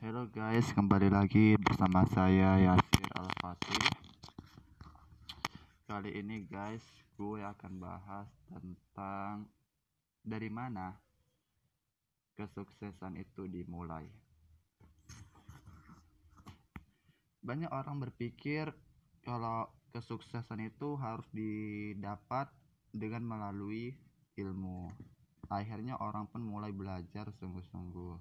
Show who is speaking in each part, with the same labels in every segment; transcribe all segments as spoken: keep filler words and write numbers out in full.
Speaker 1: Halo guys, kembali lagi bersama saya Yasir Al-Fatih. Kali ini guys, gue akan bahas tentang dari mana kesuksesan itu dimulai. Banyak orang berpikir kalau kesuksesan itu harus didapat dengan melalui ilmu. Akhirnya orang pun mulai belajar sungguh-sungguh.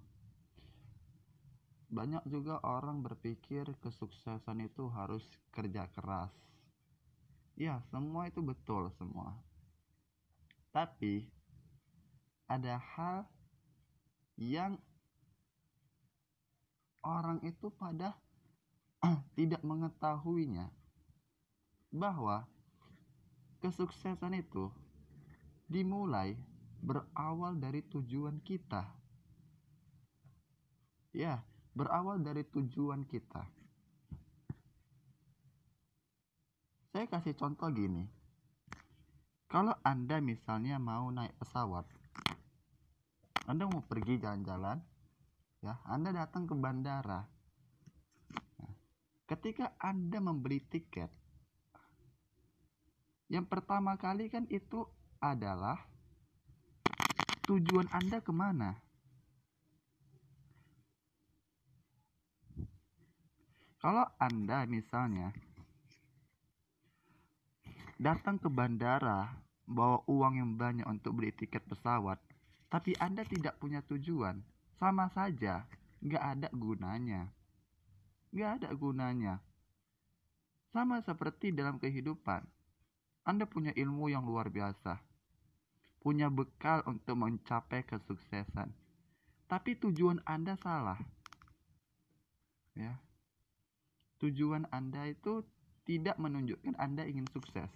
Speaker 1: Banyak juga orang berpikir kesuksesan itu harus kerja keras. Ya, semua itu betul semua. Tapi ada hal yang orang itu pada tidak mengetahuinya, bahwa kesuksesan itu dimulai berawal dari tujuan kita. Ya, berawal dari tujuan kita. Saya kasih contoh gini. Kalau Anda misalnya mau naik pesawat, Anda mau pergi jalan-jalan, ya, Anda datang ke bandara. Nah, ketika Anda membeli tiket, yang pertama kali kan itu adalah tujuan Anda kemana. Kalau Anda misalnya datang ke bandara bawa uang yang banyak untuk beli tiket pesawat, tapi Anda tidak punya tujuan, sama saja nggak ada gunanya. Nggak ada gunanya. Sama seperti dalam kehidupan. Anda punya ilmu yang luar biasa, punya bekal untuk mencapai kesuksesan, tapi tujuan Anda salah. Ya. Tujuan Anda itu tidak menunjukkan Anda ingin sukses.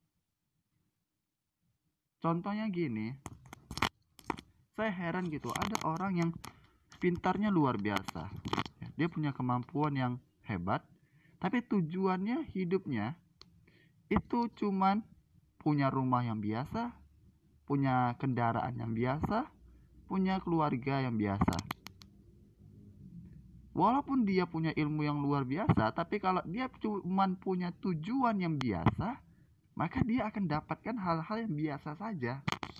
Speaker 1: Contohnya gini, saya heran gitu, ada orang yang pintarnya luar biasa, dia punya kemampuan yang hebat, tapi tujuannya hidupnya itu cuman punya rumah yang biasa, punya kendaraan yang biasa, punya keluarga yang biasa. Walaupun dia punya ilmu yang luar biasa, tapi kalau dia cuman punya tujuan yang biasa, maka dia akan dapatkan hal-hal yang biasa saja.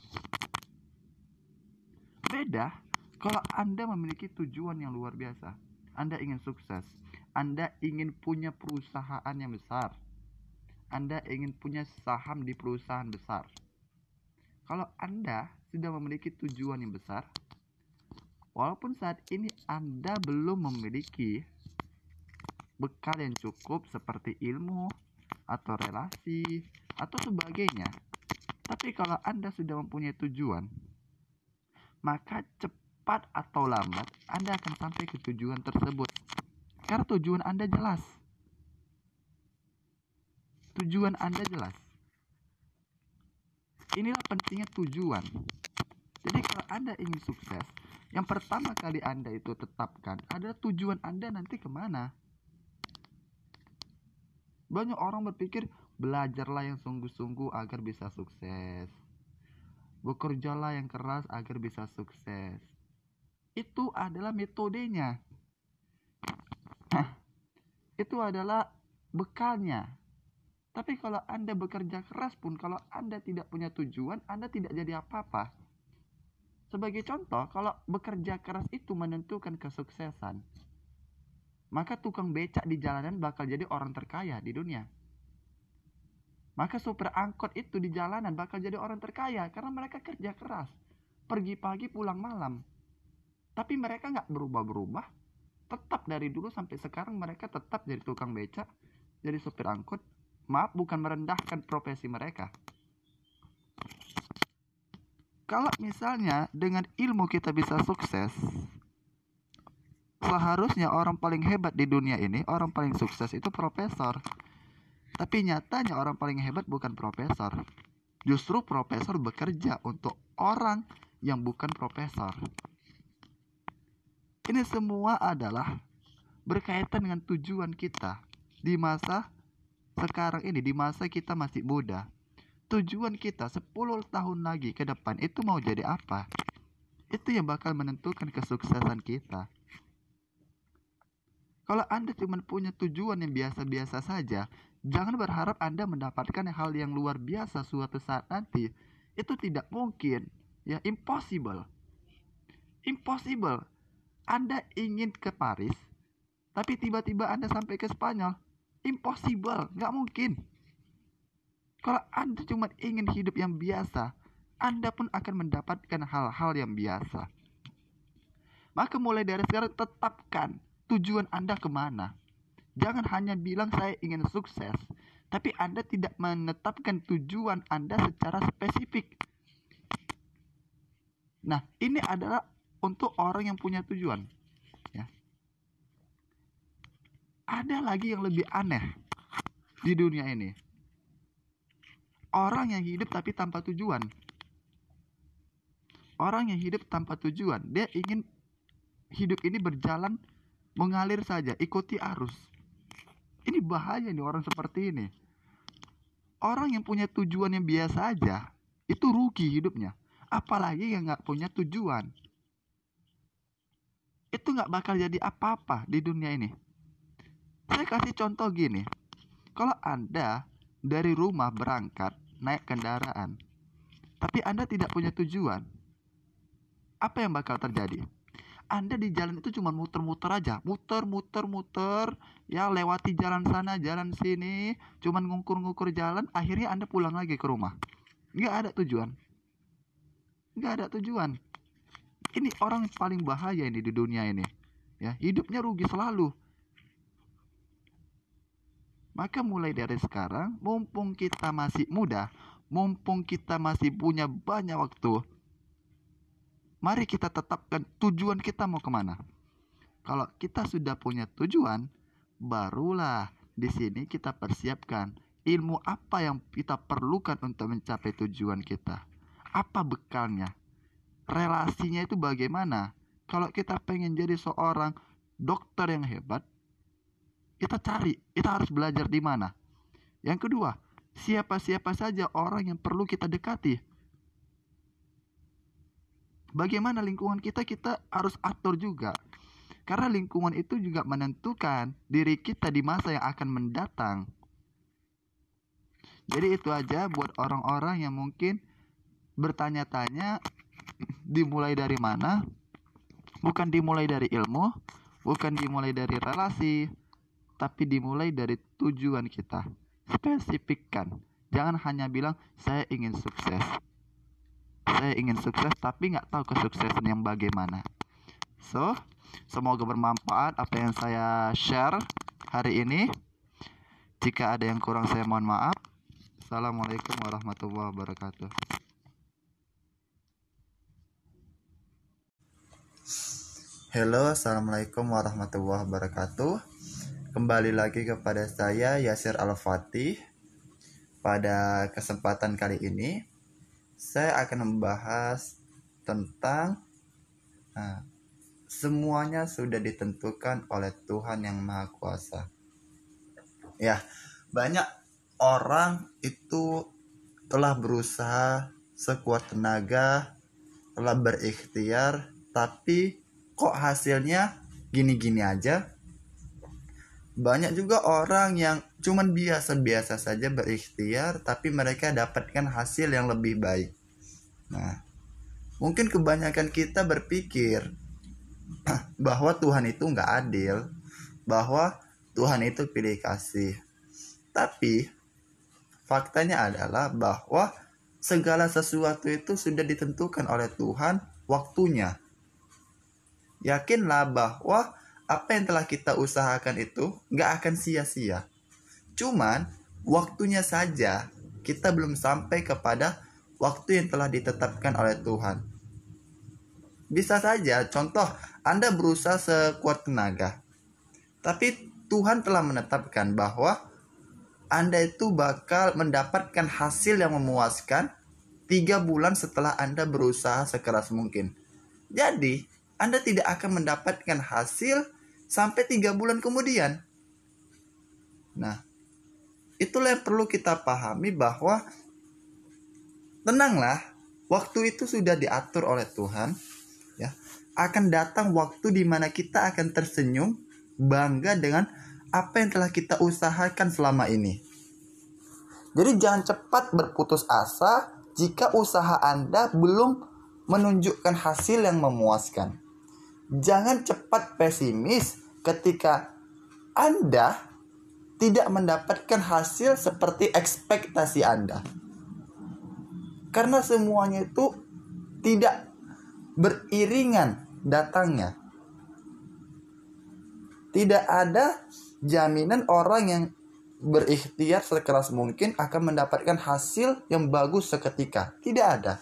Speaker 1: Beda kalau Anda memiliki tujuan yang luar biasa. Anda ingin sukses, Anda ingin punya perusahaan yang besar, Anda ingin punya saham di perusahaan besar. Kalau Anda sudah memiliki tujuan yang besar, walaupun saat ini Anda belum memiliki bekal yang cukup seperti ilmu atau relasi atau sebagainya, tapi kalau Anda sudah mempunyai tujuan, maka cepat atau lambat Anda akan sampai ke tujuan tersebut. Karena tujuan Anda jelas. Tujuan Anda jelas. Inilah pentingnya tujuan. Jadi kalau Anda ingin sukses, yang pertama kali Anda itu tetapkan adalah tujuan Anda nanti kemana. Banyak orang berpikir, belajarlah yang sungguh-sungguh agar bisa sukses, bekerjalah yang keras agar bisa sukses. Itu adalah metodenya. Itu adalah bekalnya. Tapi kalau Anda bekerja keras pun, kalau Anda tidak punya tujuan, Anda tidak jadi apa-apa. Sebagai contoh, kalau bekerja keras itu menentukan kesuksesan, maka tukang becak di jalanan bakal jadi orang terkaya di dunia. Maka supir angkot itu di jalanan bakal jadi orang terkaya karena mereka kerja keras, pergi pagi pulang malam. Tapi mereka gak berubah-berubah, tetap dari dulu sampai sekarang mereka tetap jadi tukang becak, jadi supir angkot. Maaf, bukan merendahkan profesi mereka. Kalau misalnya dengan ilmu kita bisa sukses, seharusnya orang paling hebat di dunia ini, orang paling sukses itu profesor. Tapi nyatanya orang paling hebat bukan profesor. Justru profesor bekerja untuk orang yang bukan profesor. Ini semua adalah berkaitan dengan tujuan kita di masa sekarang ini, di masa kita masih muda. Tujuan kita sepuluh tahun lagi ke depan itu mau jadi apa? Itu yang bakal menentukan kesuksesan kita. Kalau Anda cuma punya tujuan yang biasa-biasa saja, jangan berharap Anda mendapatkan hal yang luar biasa suatu saat nanti. Itu tidak mungkin. Ya, impossible. Impossible. Anda ingin ke Paris, tapi tiba-tiba Anda sampai ke Spanyol. Impossible, nggak mungkin. Kalau Anda cuma ingin hidup yang biasa, Anda pun akan mendapatkan hal-hal yang biasa. Maka mulai dari sekarang tetapkan tujuan Anda kemana. Jangan hanya bilang saya ingin sukses, tapi Anda tidak menetapkan tujuan Anda secara spesifik. Nah, ini adalah untuk orang yang punya tujuan. Ya. Ada lagi yang lebih aneh di dunia ini. Orang yang hidup tapi tanpa tujuan. Orang yang hidup tanpa tujuan, dia ingin hidup ini berjalan mengalir saja, ikuti arus. Ini bahaya nih orang seperti ini. Orang yang punya tujuan yang biasa aja, itu rugi hidupnya. Apalagi yang gak punya tujuan. Itu gak bakal jadi apa-apa di dunia ini. Saya kasih contoh gini. Kalau Anda dari rumah berangkat, naik kendaraan, tapi Anda tidak punya tujuan, apa yang bakal terjadi? Anda di jalan itu cuma muter-muter aja, muter, muter, muter, ya lewati jalan sana, jalan sini, cuma ngukur-ngukur jalan, akhirnya Anda pulang lagi ke rumah. Nggak ada tujuan, nggak ada tujuan. Ini orang yang paling bahaya ini di dunia ini, ya hidupnya rugi selalu. Maka mulai dari sekarang, mumpung kita masih muda, mumpung kita masih punya banyak waktu, mari kita tetapkan tujuan kita mau kemana. Kalau kita sudah punya tujuan, barulah di sini kita persiapkan ilmu apa yang kita perlukan untuk mencapai tujuan kita. Apa bekalnya? Relasinya itu bagaimana? Kalau kita pengen jadi seorang dokter yang hebat, kita cari, kita harus belajar di mana. Yang kedua, siapa-siapa saja orang yang perlu kita dekati. Bagaimana lingkungan kita, kita harus atur juga. Karena lingkungan itu juga menentukan diri kita di masa yang akan mendatang. Jadi itu aja buat orang-orang yang mungkin bertanya-tanya dimulai dari mana. Bukan dimulai dari ilmu, bukan dimulai dari relasi, tapi dimulai dari tujuan kita. Spesifikkan. Jangan hanya bilang saya ingin sukses. Saya ingin sukses tapi nggak tahu kesuksesan yang bagaimana. So, semoga bermanfaat apa yang saya share hari ini. Jika ada yang kurang saya mohon maaf. Assalamualaikum warahmatullahi wabarakatuh.
Speaker 2: Halo, assalamualaikum warahmatullahi wabarakatuh. Kembali lagi kepada saya Yasir Al-Fatih. Pada kesempatan kali ini saya akan membahas tentang nah, semuanya sudah ditentukan oleh Tuhan yang Maha Kuasa. Ya, banyak orang itu telah berusaha sekuat tenaga, telah berikhtiar, tapi kok hasilnya gini-gini aja. Banyak juga orang yang cuman biasa-biasa saja berikhtiar, tapi mereka dapatkan hasil yang lebih baik. Nah, mungkin kebanyakan kita berpikir bahwa Tuhan itu nggak adil, bahwa Tuhan itu pilih kasih. Tapi faktanya adalah bahwa segala sesuatu itu sudah ditentukan oleh Tuhan waktunya. Yakinlah bahwa apa yang telah kita usahakan itu gak akan sia-sia. Cuman waktunya saja kita belum sampai kepada waktu yang telah ditetapkan oleh Tuhan. Bisa saja contoh Anda berusaha sekuat tenaga, tapi Tuhan telah menetapkan bahwa Anda itu bakal mendapatkan hasil yang memuaskan tiga bulan setelah Anda berusaha sekeras mungkin. Jadi Anda tidak akan mendapatkan hasil sampai tiga bulan kemudian. Nah, itulah yang perlu kita pahami bahwa tenanglah, waktu itu sudah diatur oleh Tuhan. Ya, akan datang waktu di mana kita akan tersenyum bangga dengan apa yang telah kita usahakan selama ini. Jadi jangan cepat berputus asa jika usaha Anda belum menunjukkan hasil yang memuaskan. Jangan cepat pesimis ketika Anda tidak mendapatkan hasil seperti ekspektasi Anda. Karena semuanya itu tidak beriringan datangnya. Tidak ada jaminan orang yang berikhtiar sekeras mungkin akan mendapatkan hasil yang bagus seketika. Tidak ada.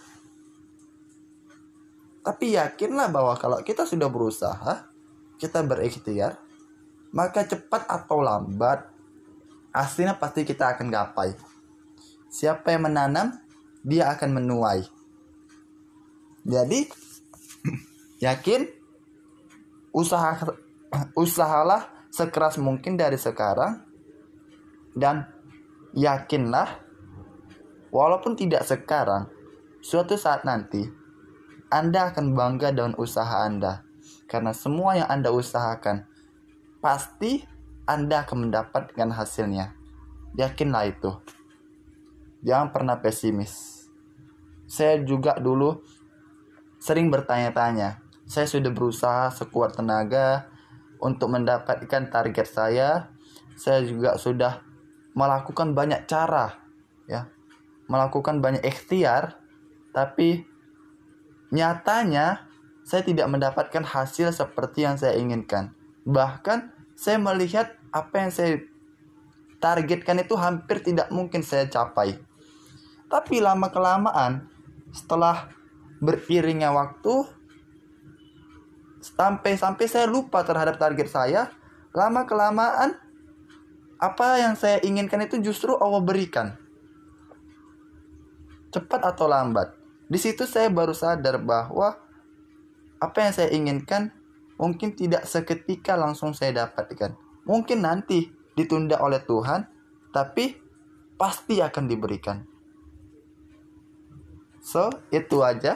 Speaker 2: Tapi yakinlah bahwa kalau kita sudah berusaha, kita berikhtiar, maka cepat atau lambat hasilnya pasti kita akan gapai. Siapa yang menanam, dia akan menuai. Jadi yakin, usaha usahalah sekeras mungkin dari sekarang. Dan yakinlah, walaupun tidak sekarang, suatu saat nanti Anda akan bangga dengan usaha Anda. Karena semua yang Anda usahakan, pasti Anda akan mendapatkan hasilnya. Yakinlah itu. Jangan pernah pesimis. Saya juga dulu sering bertanya-tanya. Saya sudah berusaha sekuat tenaga untuk mendapatkan target saya. Saya juga sudah melakukan banyak cara, ya, melakukan banyak ikhtiar, tapi nyatanya saya tidak mendapatkan hasil seperti yang saya inginkan. Bahkan saya melihat apa yang saya targetkan itu hampir tidak mungkin saya capai. Tapi lama-kelamaan, setelah beriringnya waktu, sampai-sampai saya lupa terhadap target saya, lama-kelamaan apa yang saya inginkan itu justru Allah berikan. Cepat atau lambat. Di situ saya baru sadar bahwa apa yang saya inginkan mungkin tidak seketika langsung saya dapatkan. Mungkin nanti ditunda oleh Tuhan, tapi pasti akan diberikan. So, itu aja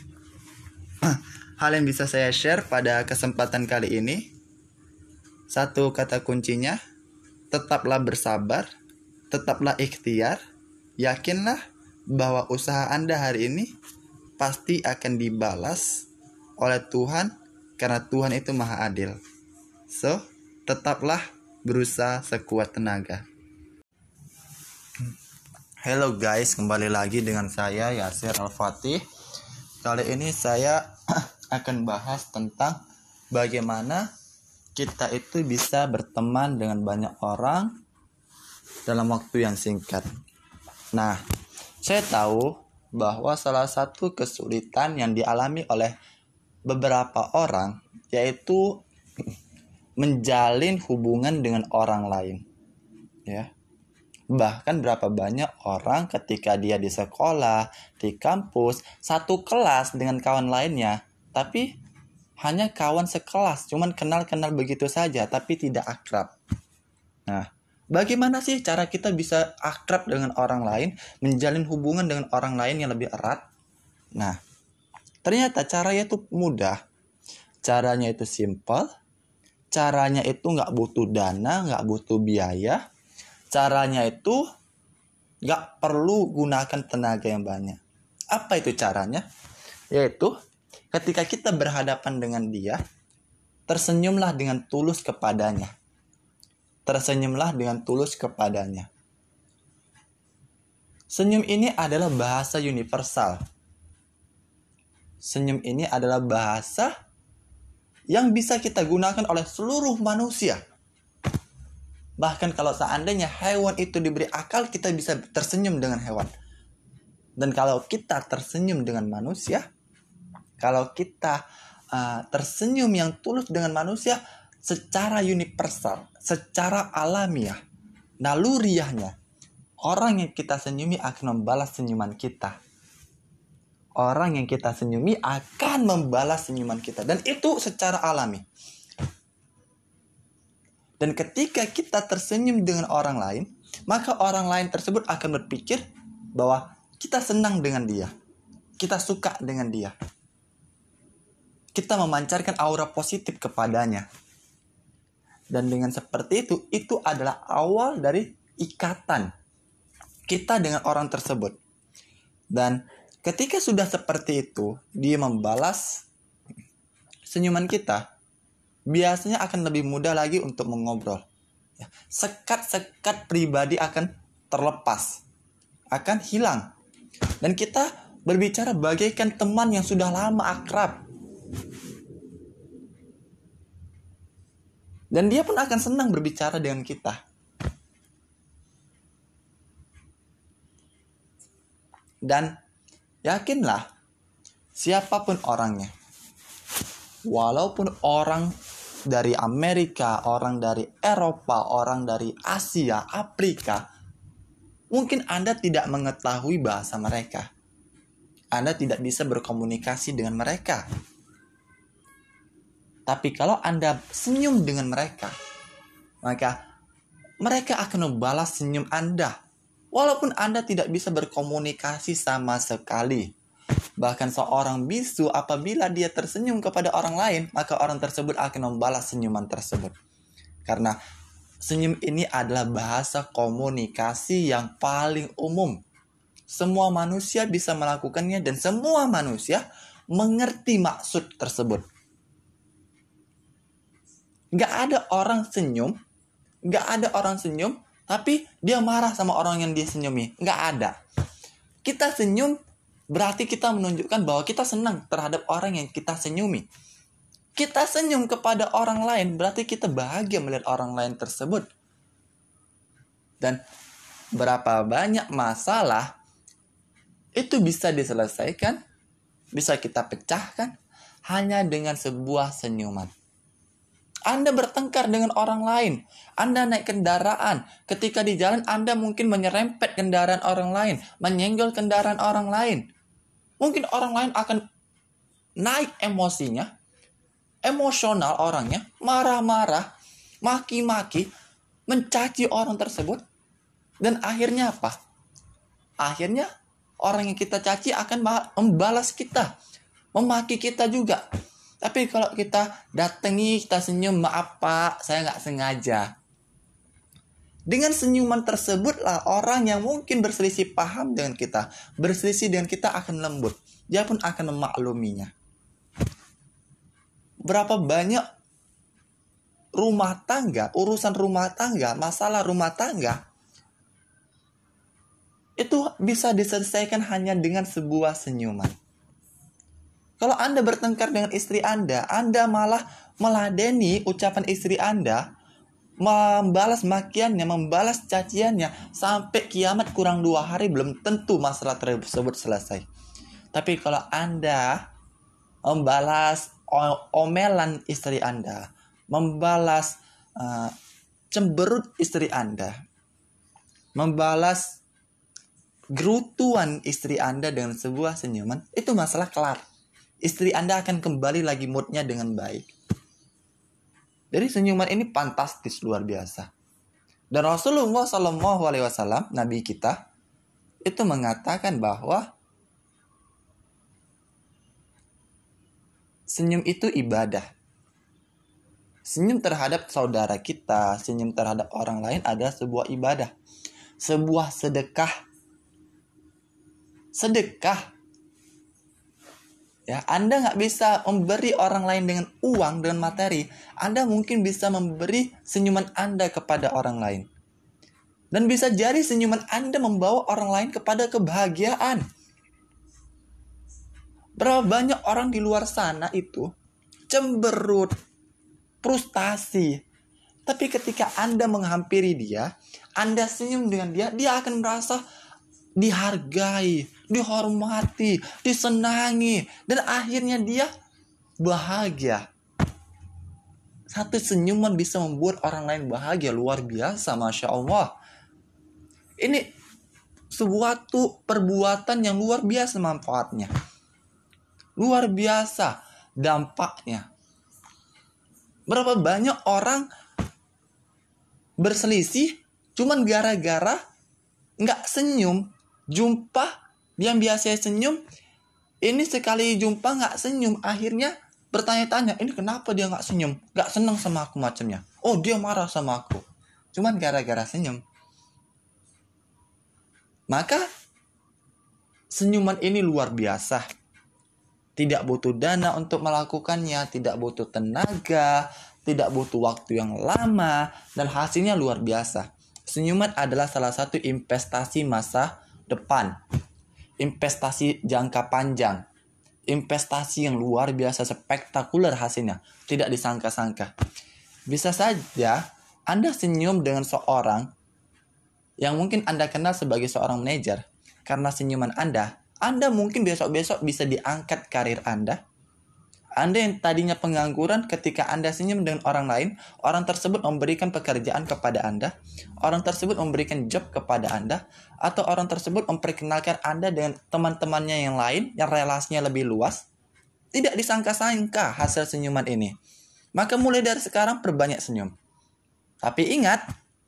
Speaker 2: hal yang bisa saya share pada kesempatan kali ini. Satu kata kuncinya, tetaplah bersabar, tetaplah ikhtiar, yakinlah bahwa usaha Anda hari ini pasti akan dibalas oleh Tuhan karena Tuhan itu maha adil. So, tetaplah berusaha sekuat tenaga. Hello guys, kembali lagi dengan saya Yasir Al-Fatih. Kali ini saya akan bahas tentang bagaimana kita itu bisa berteman dengan banyak orang dalam waktu yang singkat. Nah, saya tahu bahwa salah satu kesulitan yang dialami oleh beberapa orang yaitu menjalin hubungan dengan orang lain. Ya. Bahkan berapa banyak orang ketika dia di sekolah, di kampus, satu kelas dengan kawan lainnya, tapi hanya kawan sekelas, cuman kenal-kenal begitu saja, tapi tidak akrab. Nah, bagaimana sih cara kita bisa akrab dengan orang lain, menjalin hubungan dengan orang lain yang lebih erat? Nah, ternyata caranya itu mudah. Caranya itu simple. Caranya itu nggak butuh dana, nggak butuh biaya. Caranya itu nggak perlu gunakan tenaga yang banyak. Apa itu caranya? Yaitu ketika kita berhadapan dengan dia, tersenyumlah dengan tulus kepadanya. Tersenyumlah dengan tulus kepadanya. Senyum ini adalah bahasa universal. Senyum ini adalah bahasa yang bisa kita gunakan oleh seluruh manusia. Bahkan kalau seandainya hewan itu diberi akal, kita bisa tersenyum dengan hewan. Dan kalau kita tersenyum dengan manusia, kalau kita uh, tersenyum yang tulus dengan manusia secara universal, secara alamiah, naluriahnya, orang yang kita senyumi akan membalas senyuman kita. Orang yang kita senyumi akan membalas senyuman kita. Dan itu secara alami. Dan ketika kita tersenyum dengan orang lain, maka orang lain tersebut akan berpikir bahwa kita senang dengan dia. Kita suka dengan dia. Kita memancarkan aura positif kepadanya. Dan dengan seperti itu, itu adalah awal dari ikatan kita dengan orang tersebut. Dan ketika sudah seperti itu, dia membalas senyuman kita, biasanya akan lebih mudah lagi untuk mengobrol. Sekat-sekat pribadi akan terlepas, akan hilang. Dan kita berbicara bagaikan teman yang sudah lama akrab. Dan dia pun akan senang berbicara dengan kita. Dan yakinlah, siapapun orangnya, walaupun orang dari Amerika, orang dari Eropa, orang dari Asia, Afrika, mungkin Anda tidak mengetahui bahasa mereka. Anda tidak bisa berkomunikasi dengan mereka. Tapi kalau Anda senyum dengan mereka, maka mereka akan membalas senyum Anda. Walaupun Anda tidak bisa berkomunikasi sama sekali. Bahkan seorang bisu apabila dia tersenyum kepada orang lain, maka orang tersebut akan membalas senyuman tersebut. Karena senyum ini adalah bahasa komunikasi yang paling umum. Semua manusia bisa melakukannya dan semua manusia mengerti maksud tersebut. Gak ada orang senyum, gak ada orang senyum, tapi dia marah sama orang yang dia senyumi. Gak ada. Kita senyum berarti kita menunjukkan bahwa kita senang terhadap orang yang kita senyumi. Kita senyum kepada orang lain berarti kita bahagia melihat orang lain tersebut. Dan berapa banyak masalah itu bisa diselesaikan, bisa kita pecahkan hanya dengan sebuah senyuman. Anda bertengkar dengan orang lain. Anda naik kendaraan. Ketika di jalan Anda mungkin menyerempet kendaraan orang lain. Menyenggol kendaraan orang lain. Mungkin orang lain akan naik emosinya. Emosional orangnya. Marah-marah. Maki-maki. Mencaci orang tersebut. Dan akhirnya apa? Akhirnya orang yang kita caci akan membalas kita. Memaki kita juga. Tapi kalau kita datangi, kita senyum, maaf pak, saya nggak sengaja. Dengan senyuman tersebutlah orang yang mungkin berselisih paham dengan kita, berselisih dengan kita akan lembut. Dia pun akan memakluminya. Berapa banyak rumah tangga, urusan rumah tangga, masalah rumah tangga, itu bisa diselesaikan hanya dengan sebuah senyuman. Kalau Anda bertengkar dengan istri Anda, Anda malah meladeni ucapan istri Anda, membalas makiannya, membalas caciannya, sampai kiamat kurang dua hari belum tentu masalah tersebut selesai. Tapi kalau Anda membalas omelan istri Anda, membalas uh, cemberut istri Anda, membalas gerutuan istri Anda dengan sebuah senyuman, itu masalah kelar. Istri Anda akan kembali lagi moodnya dengan baik. Jadi senyuman ini fantastis, luar biasa. Dan Rasulullah shallallahu alaihi wasallam, Nabi kita, itu mengatakan bahwa senyum itu ibadah. Senyum terhadap saudara kita, senyum terhadap orang lain adalah sebuah ibadah. Sebuah sedekah. Sedekah. Ya, Anda nggak bisa memberi orang lain dengan uang, dengan materi. Anda mungkin bisa memberi senyuman Anda kepada orang lain. Dan bisa jadi senyuman Anda membawa orang lain kepada kebahagiaan. Berapa banyak orang di luar sana itu cemberut, frustasi. Tapi ketika Anda menghampiri dia, Anda senyum dengan dia, dia akan merasa dihargai, dihormati, disenangi, dan akhirnya dia bahagia. Satu senyuman bisa membuat orang lain bahagia, luar biasa, Masya Allah. Ini suatu perbuatan yang luar biasa manfaatnya, luar biasa dampaknya. Berapa banyak orang berselisih cuman gara-gara nggak senyum. Jumpa yang biasa senyum, ini sekali jumpa nggak senyum, akhirnya bertanya-tanya, ini kenapa dia nggak senyum, nggak senang sama aku macamnya. Oh, dia marah sama aku, cuman gara-gara senyum. Maka senyuman ini luar biasa. Tidak butuh dana untuk melakukannya, tidak butuh tenaga, tidak butuh waktu yang lama, dan hasilnya luar biasa. Senyuman adalah salah satu investasi masa depan, investasi jangka panjang, investasi yang luar biasa spektakuler hasilnya, tidak disangka-sangka. Bisa saja Anda senyum dengan seorang yang mungkin Anda kenal sebagai seorang manajer. Karena senyuman Anda, Anda mungkin besok-besok bisa diangkat karir Anda. Anda yang tadinya pengangguran, ketika Anda senyum dengan orang lain, orang tersebut memberikan pekerjaan kepada Anda, orang tersebut memberikan job kepada Anda, atau orang tersebut memperkenalkan Anda dengan teman-temannya yang lain, yang relasinya lebih luas. Tidak disangka-sangka hasil senyuman ini. Maka mulai dari sekarang perbanyak senyum. Tapi ingat,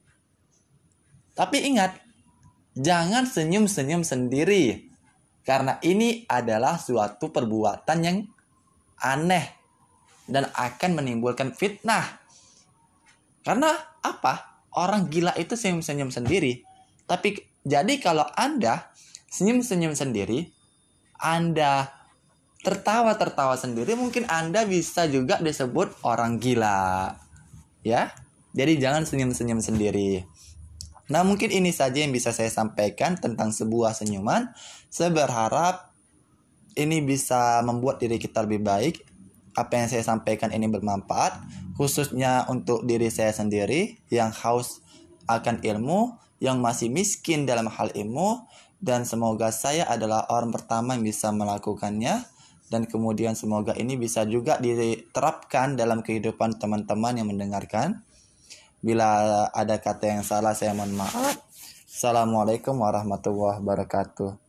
Speaker 2: tapi ingat, jangan senyum-senyum sendiri. Karena ini adalah suatu perbuatan yang aneh dan akan menimbulkan fitnah. Karena apa? Orang gila itu senyum-senyum sendiri. Tapi jadi kalau Anda senyum-senyum sendiri, Anda tertawa-tertawa sendiri, mungkin Anda bisa juga disebut orang gila. Ya? Jadi jangan senyum-senyum sendiri. Nah, mungkin ini saja yang bisa saya sampaikan tentang sebuah senyuman. Saya berharap ini bisa membuat diri kita lebih baik. Apa yang saya sampaikan ini bermanfaat, khususnya untuk diri saya sendiri yang haus akan ilmu, yang masih miskin dalam hal ilmu, dan semoga saya adalah orang pertama yang bisa melakukannya, dan kemudian semoga ini bisa juga diterapkan dalam kehidupan teman-teman yang mendengarkan. Bila ada kata yang salah, saya mohon maaf. Assalamualaikum warahmatullahi wabarakatuh.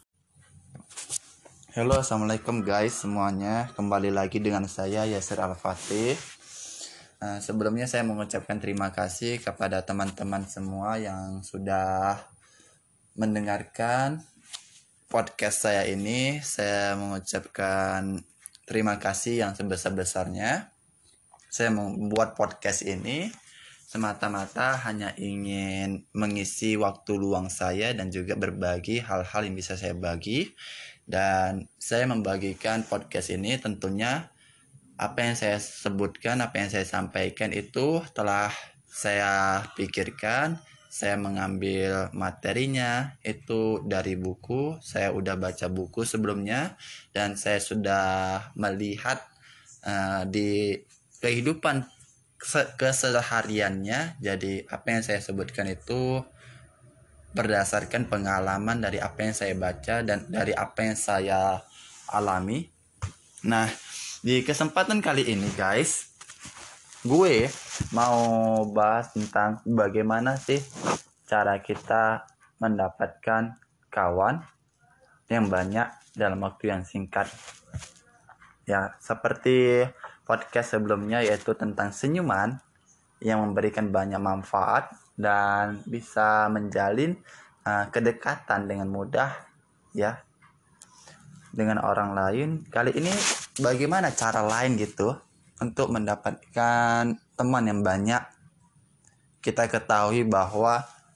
Speaker 2: Halo, assalamualaikum guys semuanya. Kembali lagi dengan saya Yasir Al-Fatih. Nah, sebelumnya saya mengucapkan terima kasih kepada teman-teman semua yang sudah mendengarkan podcast saya ini. Saya mengucapkan terima kasih yang sebesar-besarnya. Saya membuat podcast ini semata-mata hanya ingin mengisi waktu luang saya dan juga berbagi hal-hal yang bisa saya bagi. Dan saya membagikan podcast ini tentunya apa yang saya sebutkan, apa yang saya sampaikan itu telah saya pikirkan. Saya mengambil materinya itu dari buku. Saya udah baca buku sebelumnya dan saya sudah melihat uh, di kehidupan kesehariannya. Jadi apa yang saya sebutkan itu berdasarkan pengalaman dari apa yang saya baca dan dari apa yang saya alami. Nah, di kesempatan kali ini guys, gue mau bahas tentang bagaimana sih cara kita mendapatkan kawan yang banyak dalam waktu yang singkat. Ya, seperti podcast sebelumnya yaitu tentang senyuman yang memberikan banyak manfaat dan bisa menjalin uh, kedekatan dengan mudah ya dengan orang lain. Kali ini bagaimana cara lain gitu untuk mendapatkan teman yang banyak. Kita ketahui bahwa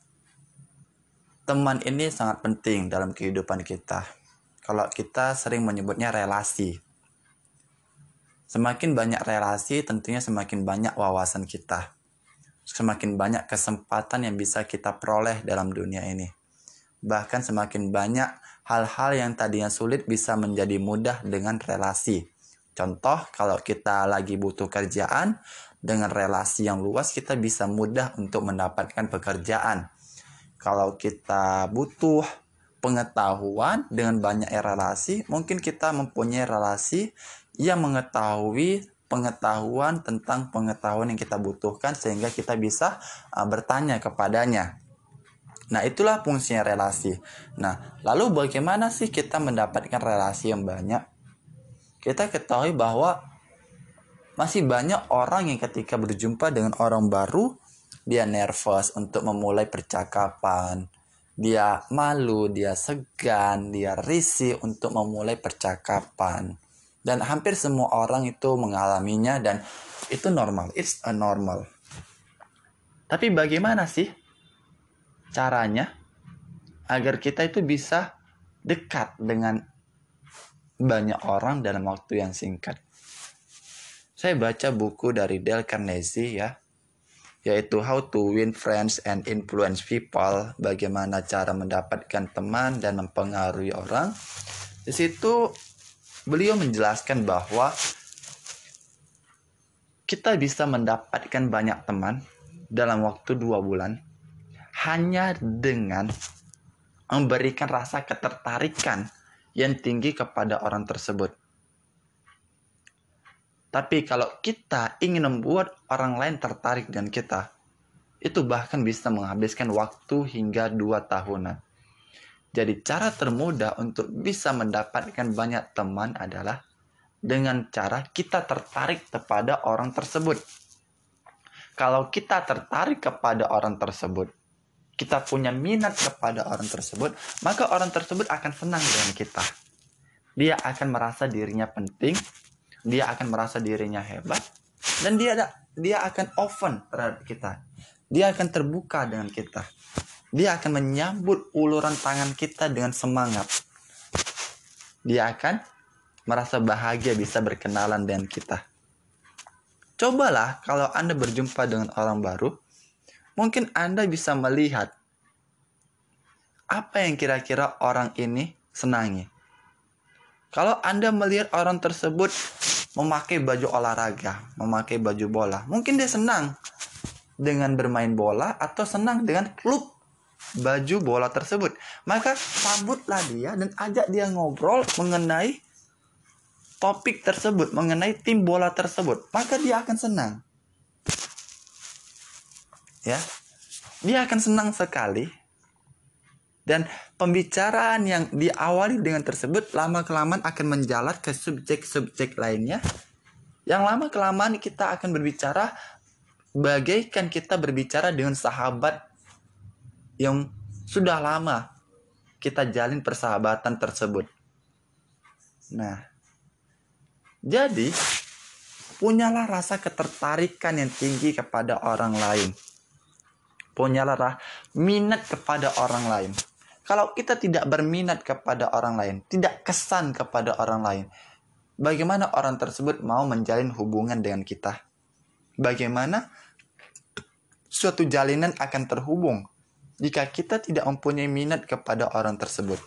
Speaker 2: teman ini sangat penting dalam kehidupan kita. Kalau kita sering menyebutnya relasi. Semakin banyak relasi, tentunya semakin banyak wawasan kita. Semakin banyak kesempatan yang bisa kita peroleh dalam dunia ini. Bahkan semakin banyak hal-hal yang tadinya sulit bisa menjadi mudah dengan relasi. Contoh, kalau kita lagi butuh kerjaan, dengan relasi yang luas kita bisa mudah untuk mendapatkan pekerjaan. Kalau kita butuh pengetahuan dengan banyak relasi, mungkin kita mempunyai relasi yang mengetahui pengetahuan tentang pengetahuan yang kita butuhkan sehingga kita bisa uh, bertanya kepadanya. Nah, itulah fungsinya relasi. Nah, lalu bagaimana sih kita mendapatkan relasi yang banyak? Kita ketahui bahwa masih banyak orang yang ketika berjumpa dengan orang baru, dia nervous untuk memulai percakapan. Dia malu, dia segan, dia risih untuk memulai percakapan. Dan hampir semua orang itu mengalaminya dan itu normal. It's a normal. Tapi bagaimana sih caranya agar kita itu bisa dekat dengan banyak orang dalam waktu yang singkat? Saya baca buku dari Dale Carnegie ya, yaitu How to Win Friends and Influence People, bagaimana cara mendapatkan teman dan mempengaruhi orang. Di situ beliau menjelaskan bahwa kita bisa mendapatkan banyak teman dalam waktu dua bulan hanya dengan memberikan rasa ketertarikan yang tinggi kepada orang tersebut. Tapi kalau kita ingin membuat orang lain tertarik dengan kita, itu bahkan bisa menghabiskan waktu hingga dua tahunan. Jadi cara termudah untuk bisa mendapatkan banyak teman adalah dengan cara kita tertarik kepada orang tersebut. Kalau kita tertarik kepada orang tersebut, kita punya minat kepada orang tersebut, maka orang tersebut akan senang dengan kita. Dia akan merasa dirinya penting, dia akan merasa dirinya hebat, dan dia dia akan open terhadap kita. Dia akan terbuka dengan kita. Dia akan menyambut uluran tangan kita dengan semangat. Dia akan merasa bahagia bisa berkenalan dengan kita. Cobalah kalau Anda berjumpa dengan orang baru, mungkin Anda bisa melihat apa yang kira-kira orang ini senangi. Kalau Anda melihat orang tersebut memakai baju olahraga, memakai baju bola, mungkin dia senang dengan bermain bola atau senang dengan klub baju bola tersebut. Maka sambutlah dia dan ajak dia ngobrol mengenai topik tersebut, mengenai tim bola tersebut. Maka dia akan senang. Ya. Dia akan senang sekali. Dan pembicaraan yang diawali dengan tersebut lama-kelamaan akan menjalar ke subjek-subjek lainnya. Yang lama-kelamaan kita akan berbicara bagaikan kita berbicara dengan sahabat yang sudah lama kita jalin persahabatan tersebut. Nah, jadi punyalah rasa ketertarikan yang tinggi kepada orang lain. Punyalah minat kepada orang lain. Kalau kita tidak berminat kepada orang lain, tidak kesan kepada orang lain, bagaimana orang tersebut mau menjalin hubungan dengan kita? Bagaimana suatu jalinan akan terhubung jika kita tidak mempunyai minat kepada orang tersebut?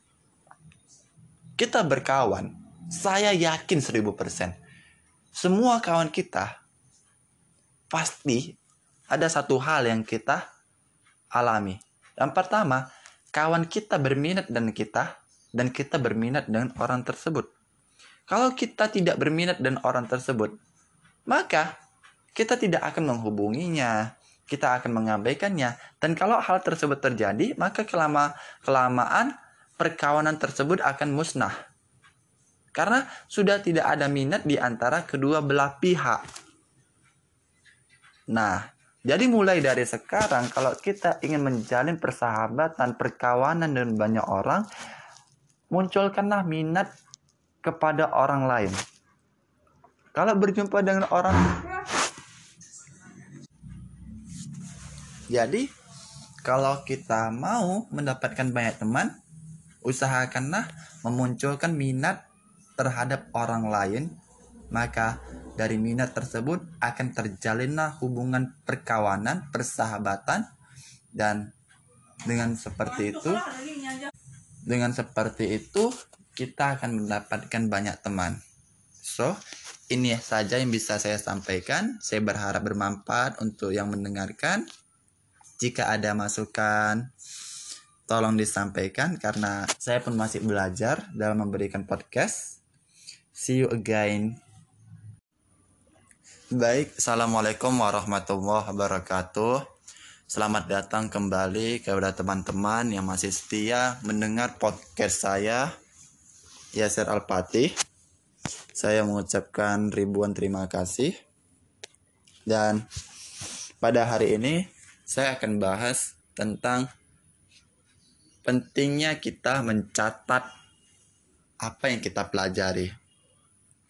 Speaker 2: Kita berkawan, saya yakin seribu persen. Semua kawan kita pasti ada satu hal yang kita alami. Yang pertama, kawan kita berminat dengan kita dan kita berminat dengan orang tersebut. Kalau kita tidak berminat dengan orang tersebut, maka kita tidak akan menghubunginya, kita akan mengabaikannya. Dan kalau hal tersebut terjadi, maka kelama, kelamaan perkawanan tersebut akan musnah. Karena sudah tidak ada minat di antara kedua belah pihak. Nah, jadi mulai dari sekarang kalau kita ingin menjalin persahabatan, perkawanan dengan banyak orang, munculkanlah minat kepada orang lain. Kalau berjumpa dengan orang, jadi kalau kita mau mendapatkan banyak teman, usahakanlah memunculkan minat terhadap orang lain, maka dari minat tersebut akan terjalinlah hubungan perkawanan, persahabatan, dan dengan seperti itu, dengan seperti itu kita akan mendapatkan banyak teman. So, ini saja yang bisa saya sampaikan. Saya berharap bermanfaat untuk yang mendengarkan. Jika ada masukan, tolong disampaikan karena saya pun masih belajar dalam memberikan podcast. See you again. Baik, Assalamualaikum warahmatullahi wabarakatuh. Selamat datang kembali kepada teman-teman yang masih setia mendengar podcast saya, Yasir Al-Fatih. Saya mengucapkan ribuan terima kasih. Dan pada hari ini saya akan bahas tentang pentingnya kita mencatat apa yang kita pelajari.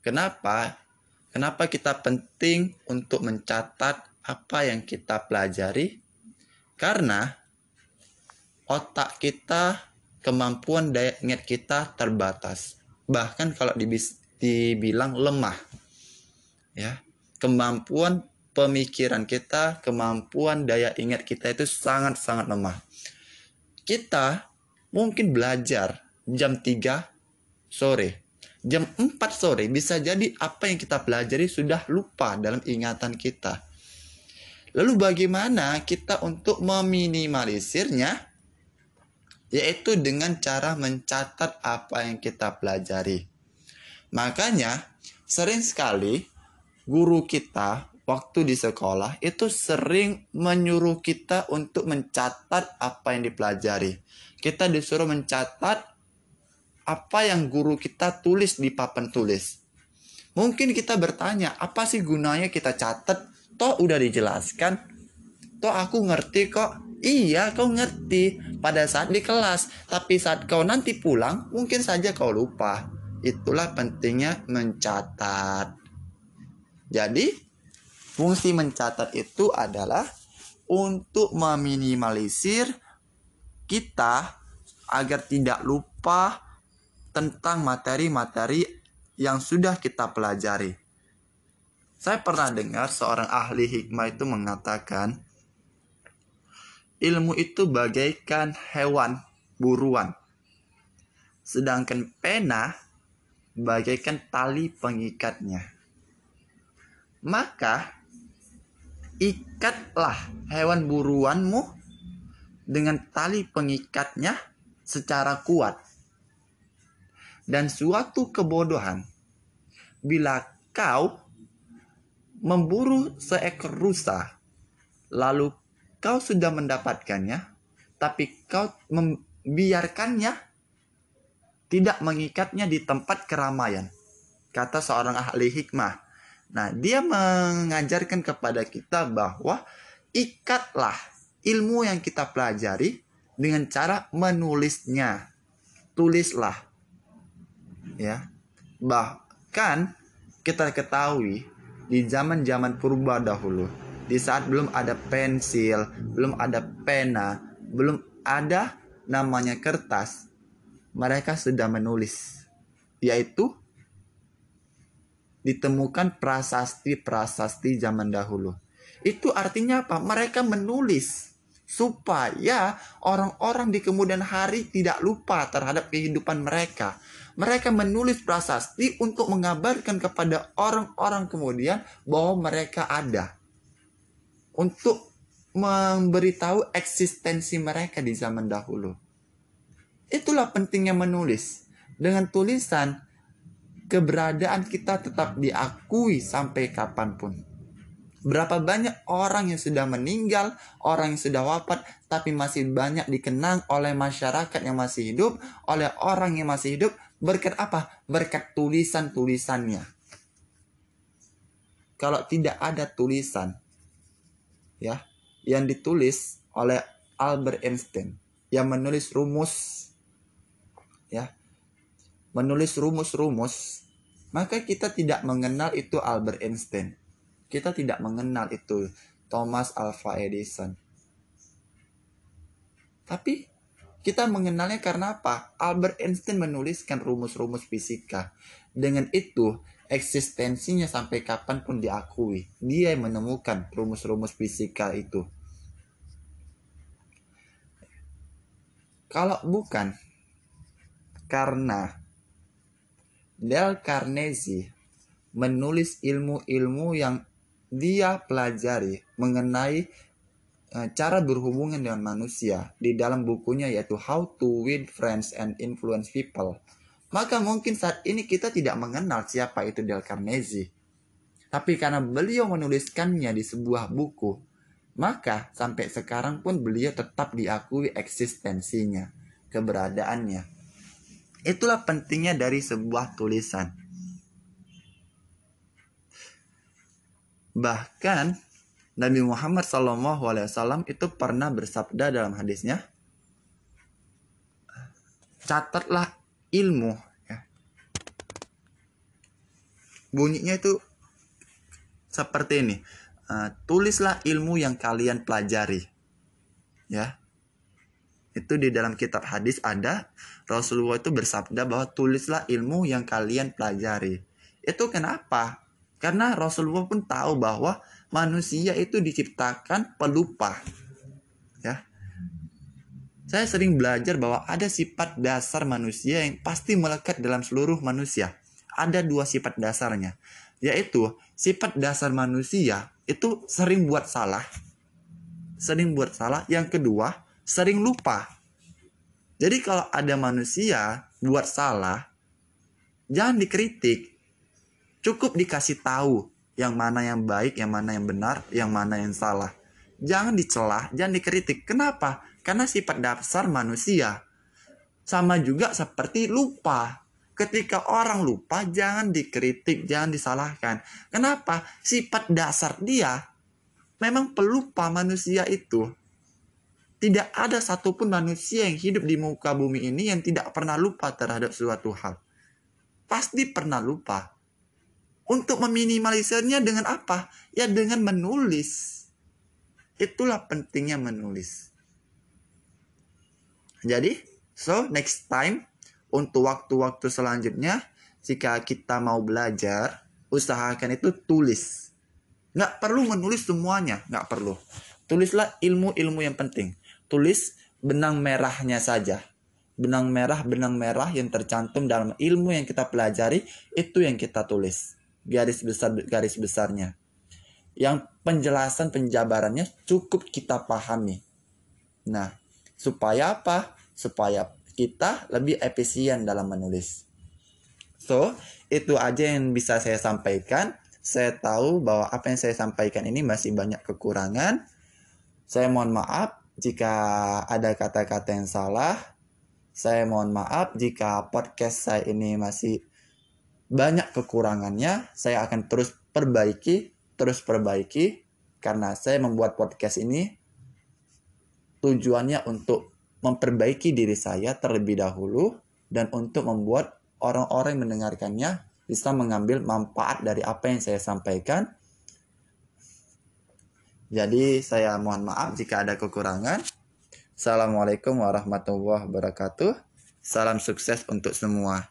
Speaker 2: Kenapa? Kenapa kita penting untuk mencatat apa yang kita pelajari? Karena otak kita, kemampuan daya ingat kita terbatas. Bahkan kalau dibilang lemah. Ya, kemampuan pemikiran kita, kemampuan daya ingat kita itu sangat-sangat lemah. Kita mungkin belajar jam tiga sore. Jam empat sore bisa jadi apa yang kita pelajari sudah lupa dalam ingatan kita. Lalu bagaimana kita untuk meminimalisirnya? Yaitu dengan cara mencatat apa yang kita pelajari. Makanya sering sekali guru kita waktu di sekolah itu sering menyuruh kita untuk mencatat apa yang dipelajari. Kita disuruh mencatat apa yang guru kita tulis di papan tulis. Mungkin kita bertanya, apa sih gunanya kita catat? Toh udah dijelaskan. Toh aku ngerti kok. Iya, kau ngerti pada saat di kelas. Tapi saat kau nanti pulang, mungkin saja kau lupa. Itulah pentingnya mencatat. Jadi, fungsi mencatat itu adalah untuk meminimalisir kita agar tidak lupa tentang materi-materi yang sudah kita pelajari. Saya pernah dengar seorang ahli hikmah itu mengatakan, ilmu itu bagaikan hewan buruan, sedangkan pena bagaikan tali pengikatnya. Maka, ikatlah hewan buruanmu dengan tali pengikatnya secara kuat. Dan suatu kebodohan bila kau memburu seekor rusa, lalu kau sudah mendapatkannya, tapi kau membiarkannya, tidak mengikatnya di tempat keramaian, kata seorang ahli hikmah. Nah, dia mengajarkan kepada kita bahwa ikatlah ilmu yang kita pelajari dengan cara menulisnya. Tulislah. Ya, bahkan kita ketahui di zaman-zaman purba dahulu, di saat belum ada pensil, belum ada pena, belum ada namanya kertas, mereka sudah menulis, yaitu ditemukan prasasti-prasasti zaman dahulu. Itu artinya apa? Mereka menulis supaya orang-orang di kemudian hari tidak lupa terhadap kehidupan mereka. Mereka menulis prasasti untuk mengabarkan kepada orang-orang kemudian bahwa mereka ada. Untuk memberitahu eksistensi mereka di zaman dahulu. Itulah pentingnya menulis. Dengan tulisan, keberadaan kita tetap diakui sampai kapanpun. Berapa banyak orang yang sudah meninggal, orang yang sudah wafat, tapi masih banyak dikenang oleh masyarakat yang masih hidup, oleh orang yang masih hidup. Berkat apa? Berkat tulisan-tulisannya. Kalau tidak ada tulisan, ya, yang ditulis oleh Albert Einstein, yang menulis rumus, ya, menulis rumus-rumus, maka kita tidak mengenal itu Albert Einstein. Kita tidak mengenal itu Thomas Alva Edison. Tapi kita mengenalnya karena apa? Albert Einstein menuliskan rumus-rumus fisika. Dengan itu, eksistensinya sampai kapanpun diakui. Dia yang menemukan rumus-rumus fisika itu. Kalau bukan karena Dale Carnegie menulis ilmu-ilmu yang dia pelajari mengenai cara berhubungan dengan manusia di dalam bukunya yaitu How to Win Friends and Influence People, maka mungkin saat ini kita tidak mengenal siapa itu Dale Carnegie. Tapi karena beliau menuliskannya di sebuah buku, maka sampai sekarang pun beliau tetap diakui eksistensinya, keberadaannya. Itulah pentingnya dari sebuah tulisan. Bahkan Nabi Muhammad shallallahu alaihi wasallam itu pernah bersabda dalam hadisnya, catatlah ilmu, ya. bunyinya itu seperti ini. Uh, tulislah ilmu yang kalian pelajari. Ya. Itu di dalam kitab hadis ada, Rasulullah itu bersabda bahwa tulislah ilmu yang kalian pelajari. Itu kenapa? Karena Rasulullah pun tahu bahwa manusia itu diciptakan pelupa. Ya. Saya sering belajar bahwa ada sifat dasar manusia yang pasti melekat dalam seluruh manusia. Ada dua sifat dasarnya. Yaitu sifat dasar manusia itu sering buat salah. Sering buat salah. Yang kedua, sering lupa. Jadi kalau ada manusia buat salah, jangan dikritik. Cukup dikasih tahu yang mana yang baik, yang mana yang benar, yang mana yang salah. Jangan dicelah, jangan dikritik. Kenapa? Karena sifat dasar manusia. Sama juga seperti lupa. Ketika orang lupa, jangan dikritik, jangan disalahkan. Kenapa? Sifat dasar dia memang pelupa manusia itu. Tidak ada satupun manusia yang hidup di muka bumi ini yang tidak pernah lupa terhadap suatu hal. Pasti pernah lupa. Untuk meminimalisirnya dengan apa? Ya dengan menulis. Itulah pentingnya menulis. Jadi, so next time, untuk waktu-waktu selanjutnya, jika kita mau belajar, usahakan itu tulis. Nggak perlu menulis semuanya, nggak perlu. Tulislah ilmu-ilmu yang penting. Tulis benang merahnya saja. Benang merah, benang merah yang tercantum dalam ilmu yang kita pelajari, itu yang kita tulis. Garis besar, garis besarnya. Yang penjelasan penjabarannya cukup kita pahami. Nah, supaya apa? Supaya kita lebih efisien dalam menulis. So, itu aja yang bisa saya sampaikan. Saya tahu bahwa apa yang saya sampaikan ini masih banyak kekurangan. Saya mohon maaf jika ada kata-kata yang salah. Saya mohon maaf jika podcast saya ini masih banyak kekurangannya. Saya akan terus perbaiki, terus perbaiki. Karena saya membuat podcast ini tujuannya untuk memperbaiki diri saya terlebih dahulu. Dan untuk membuat orang-orang yang mendengarkannya bisa mengambil manfaat dari apa yang saya sampaikan. Jadi saya mohon maaf jika ada kekurangan. Assalamualaikum warahmatullahi wabarakatuh. Salam sukses untuk semua.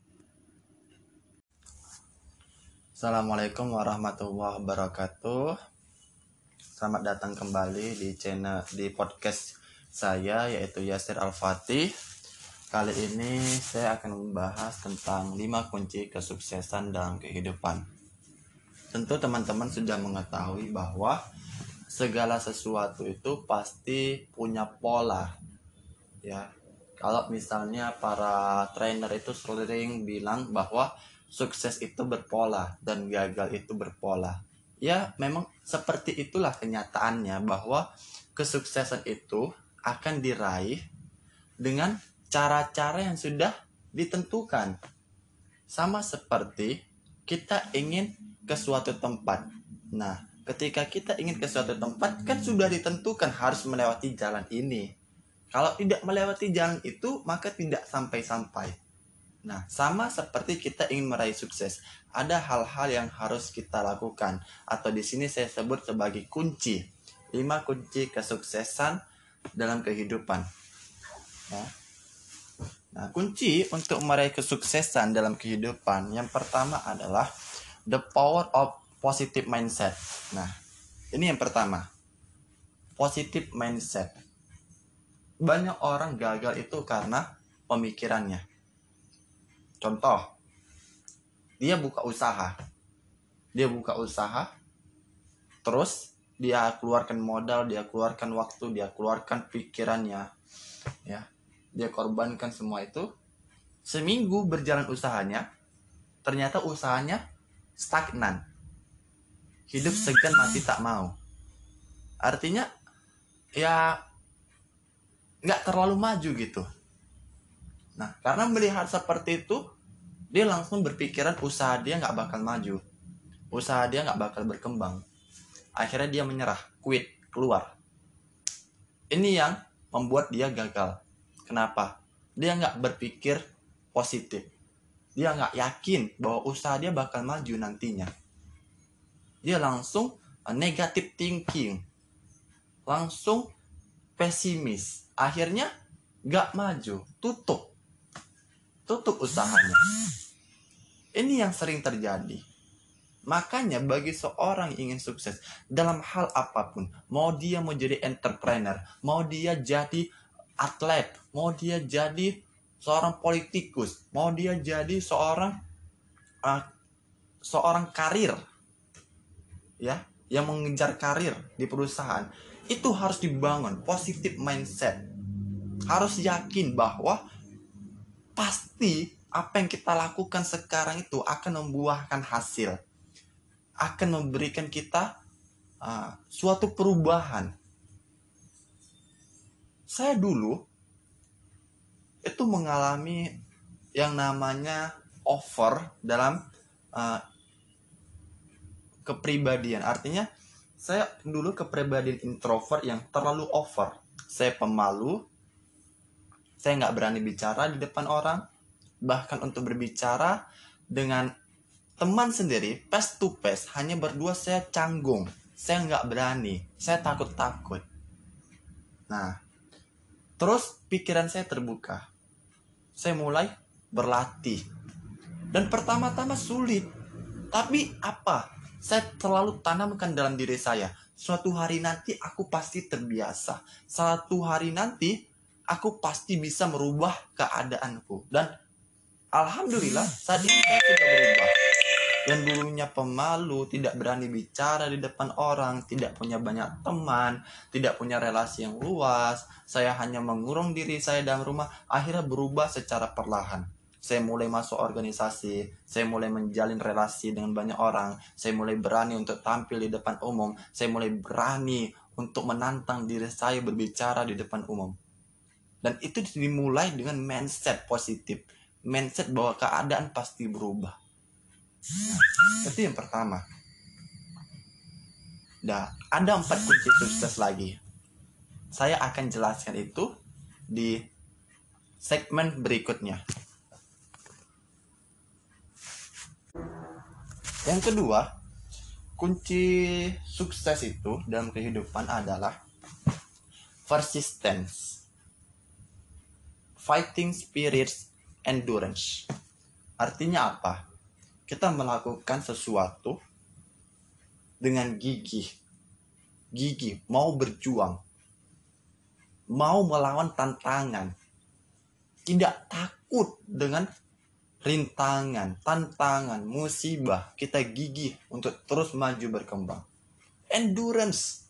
Speaker 2: Assalamualaikum warahmatullahi wabarakatuh. Selamat datang kembali di channel di podcast saya, yaitu Yasir Al-Fatih. Kali ini saya akan membahas tentang lima kunci kesuksesan dalam kehidupan. Tentu teman-teman sudah mengetahui bahwa segala sesuatu itu pasti punya pola. Ya. Kalau misalnya para trainer itu sering bilang bahwa sukses itu berpola dan gagal itu berpola. Ya, memang seperti itulah kenyataannya, bahwa kesuksesan itu akan diraih dengan cara-cara yang sudah ditentukan. Sama seperti kita ingin ke suatu tempat. Nah, ketika kita ingin ke suatu tempat, kan sudah ditentukan harus melewati jalan ini. Kalau tidak melewati jalan itu, maka tidak sampai-sampai. Nah, sama seperti kita ingin meraih sukses. Ada hal-hal yang harus kita lakukan. Atau di sini saya sebut sebagai kunci. Lima kunci kesuksesan dalam kehidupan. Ya. Nah, kunci untuk meraih kesuksesan dalam kehidupan, yang pertama adalah the power of positive mindset. Nah, ini yang pertama. Positive mindset. Banyak orang gagal itu karena pemikirannya. Contoh, dia buka usaha. Dia buka usaha, terus dia keluarkan modal, dia keluarkan waktu, dia keluarkan pikirannya. Ya, dia korbankan semua itu. Seminggu berjalan usahanya, ternyata usahanya stagnan. Hidup segan mati tak mau. Artinya ya nggak terlalu maju gitu. Nah, karena melihat seperti itu, dia langsung berpikiran usaha dia nggak bakal maju, usaha dia nggak bakal berkembang. Akhirnya dia menyerah, quit, keluar. Ini yang membuat dia gagal. Kenapa? Dia nggak berpikir positif. dia nggak yakin bahwa usaha dia bakal maju nantinya. Dia langsung uh, negative thinking, langsung pesimis. Akhirnya nggak maju, tutup, tutup usahanya. Ini yang sering terjadi. Makanya bagi seorang yang ingin sukses dalam hal apapun, mau dia mau jadi entrepreneur, mau dia jadi atlet, mau dia jadi seorang politikus, mau dia jadi seorang uh, seorang karir, ya, yang mengejar karir di perusahaan, itu harus dibangun positive mindset. Harus yakin bahwa pasti apa yang kita lakukan sekarang itu akan membuahkan hasil, akan memberikan kita uh, suatu perubahan. Saya dulu itu mengalami yang namanya over dalam uh, kepribadian. Artinya saya dulu kepribadian introvert yang terlalu over. Saya pemalu, saya nggak berani bicara di depan orang, bahkan untuk berbicara dengan teman sendiri, face to face, hanya berdua saya canggung. Saya nggak berani. Saya takut-takut. Nah, terus pikiran saya terbuka. Saya mulai berlatih. Dan pertama-tama sulit. Tapi apa? Saya terlalu tanamkan dalam diri saya. Suatu hari nanti aku pasti terbiasa. Suatu hari nanti aku pasti bisa merubah keadaanku. Dan alhamdulillah saat ini saya sudah berubah. Yang dulunya pemalu, tidak berani bicara di depan orang, tidak punya banyak teman, tidak punya relasi yang luas, saya hanya mengurung diri saya dalam rumah, akhirnya berubah secara perlahan. Saya mulai masuk organisasi, saya mulai menjalin relasi dengan banyak orang, saya mulai berani untuk tampil di depan umum, saya mulai berani untuk menantang diri saya berbicara di depan umum. Dan itu dimulai dengan mindset positif, mindset bahwa keadaan pasti berubah. Nah, itu yang pertama. Nah, ada empat kunci sukses lagi. Saya akan jelaskan itu di segmen berikutnya. Yang kedua, kunci sukses itu dalam kehidupan adalah persistence, fighting spirits, endurance. Artinya apa? Kita melakukan sesuatu dengan gigih. Gigih, mau berjuang. Mau melawan tantangan. Tidak takut dengan rintangan, tantangan, musibah. Kita gigih untuk terus maju berkembang. Endurance.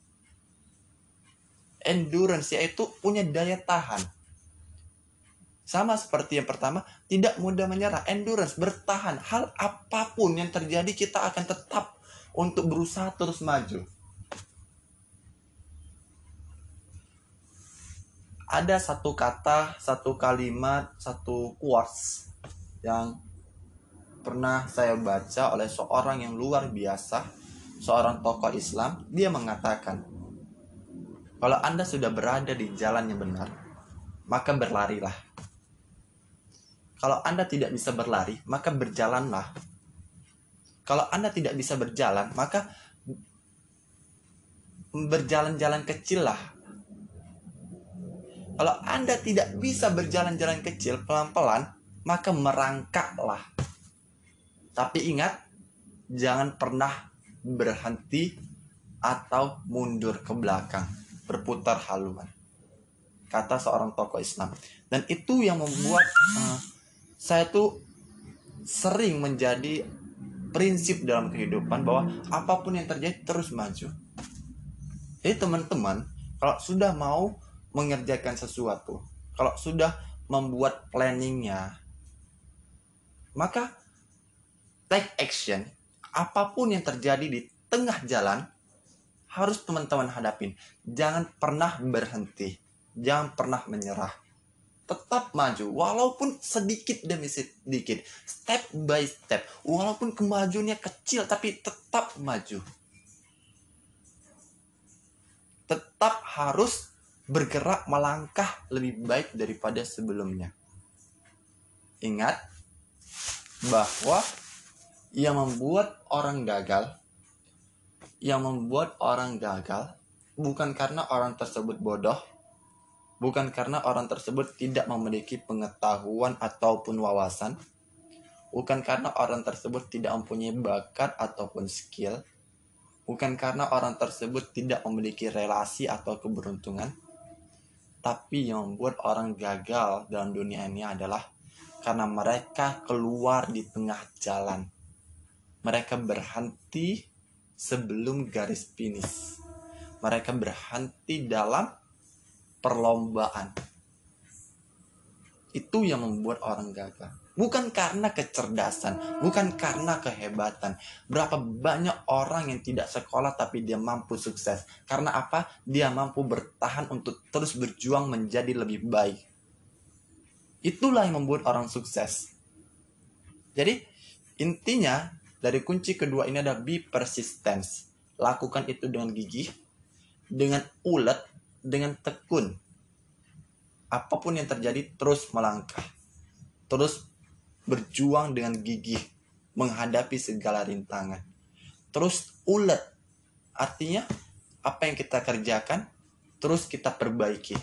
Speaker 2: Endurance yaitu punya daya tahan. Sama seperti yang pertama, tidak mudah menyerah. Endurance, bertahan. Hal apapun yang terjadi, kita akan tetap untuk berusaha terus maju. Ada satu kata, satu kalimat, satu quotes yang pernah saya baca oleh seorang yang luar biasa, seorang tokoh Islam. Dia mengatakan, kalau Anda sudah berada di jalan yang benar, maka berlarilah. Kalau Anda tidak bisa berlari, maka berjalanlah. Kalau Anda tidak bisa berjalan, maka berjalan-jalan kecil lah. Kalau Anda tidak bisa berjalan-jalan kecil pelan-pelan, maka merangkaklah. Tapi ingat, jangan pernah berhenti atau mundur ke belakang, berputar haluan. Kata seorang tokoh Islam. Dan itu yang membuat uh, saya tuh sering menjadi prinsip dalam kehidupan bahwa apapun yang terjadi terus maju. Jadi teman-teman, kalau sudah mau mengerjakan sesuatu, kalau sudah membuat planningnya, maka take action. Apapun yang terjadi di tengah jalan harus teman-teman hadapin. Jangan pernah berhenti, jangan pernah menyerah. Tetap maju, walaupun sedikit demi sedikit, step by step. Walaupun kemajuannya kecil, tapi tetap maju. Tetap harus bergerak melangkah lebih baik daripada sebelumnya. Ingat, bahwa yang membuat orang gagal, yang membuat orang gagal bukan karena orang tersebut bodoh, bukan karena orang tersebut tidak memiliki pengetahuan ataupun wawasan, bukan karena orang tersebut tidak mempunyai bakat ataupun skill, bukan karena orang tersebut tidak memiliki relasi atau keberuntungan, tapi yang membuat orang gagal dalam dunia ini adalah karena mereka keluar di tengah jalan. Mereka berhenti sebelum garis finish. Mereka berhenti dalam perlombaan. Itu yang membuat orang gagal. Bukan karena kecerdasan, bukan karena kehebatan. Berapa banyak orang yang tidak sekolah tapi dia mampu sukses. Karena apa? Dia mampu bertahan untuk terus berjuang menjadi lebih baik. Itulah yang membuat orang sukses. Jadi intinya dari kunci kedua ini adalah be persistence. Lakukan itu dengan gigih, dengan ulet, dengan tekun. Apapun yang terjadi, terus melangkah. Terus berjuang dengan gigih menghadapi segala rintangan. Terus ulet, artinya apa yang kita kerjakan terus kita perbaiki.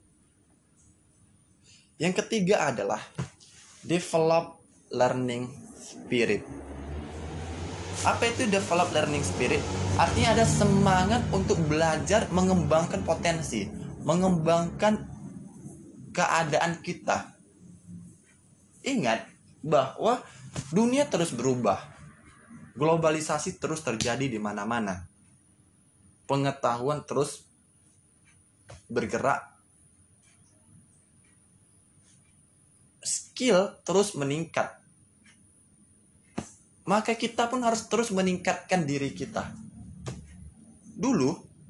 Speaker 2: Yang ketiga adalah develop learning spirit. Apa itu develop learning spirit? Artinya ada semangat untuk belajar, mengembangkan potensi, mengembangkan keadaan kita. Ingat bahwa dunia terus berubah. Globalisasi terus terjadi di mana-mana. Pengetahuan terus bergerak. Skill terus meningkat. Maka kita pun harus terus meningkatkan diri kita. Dulu,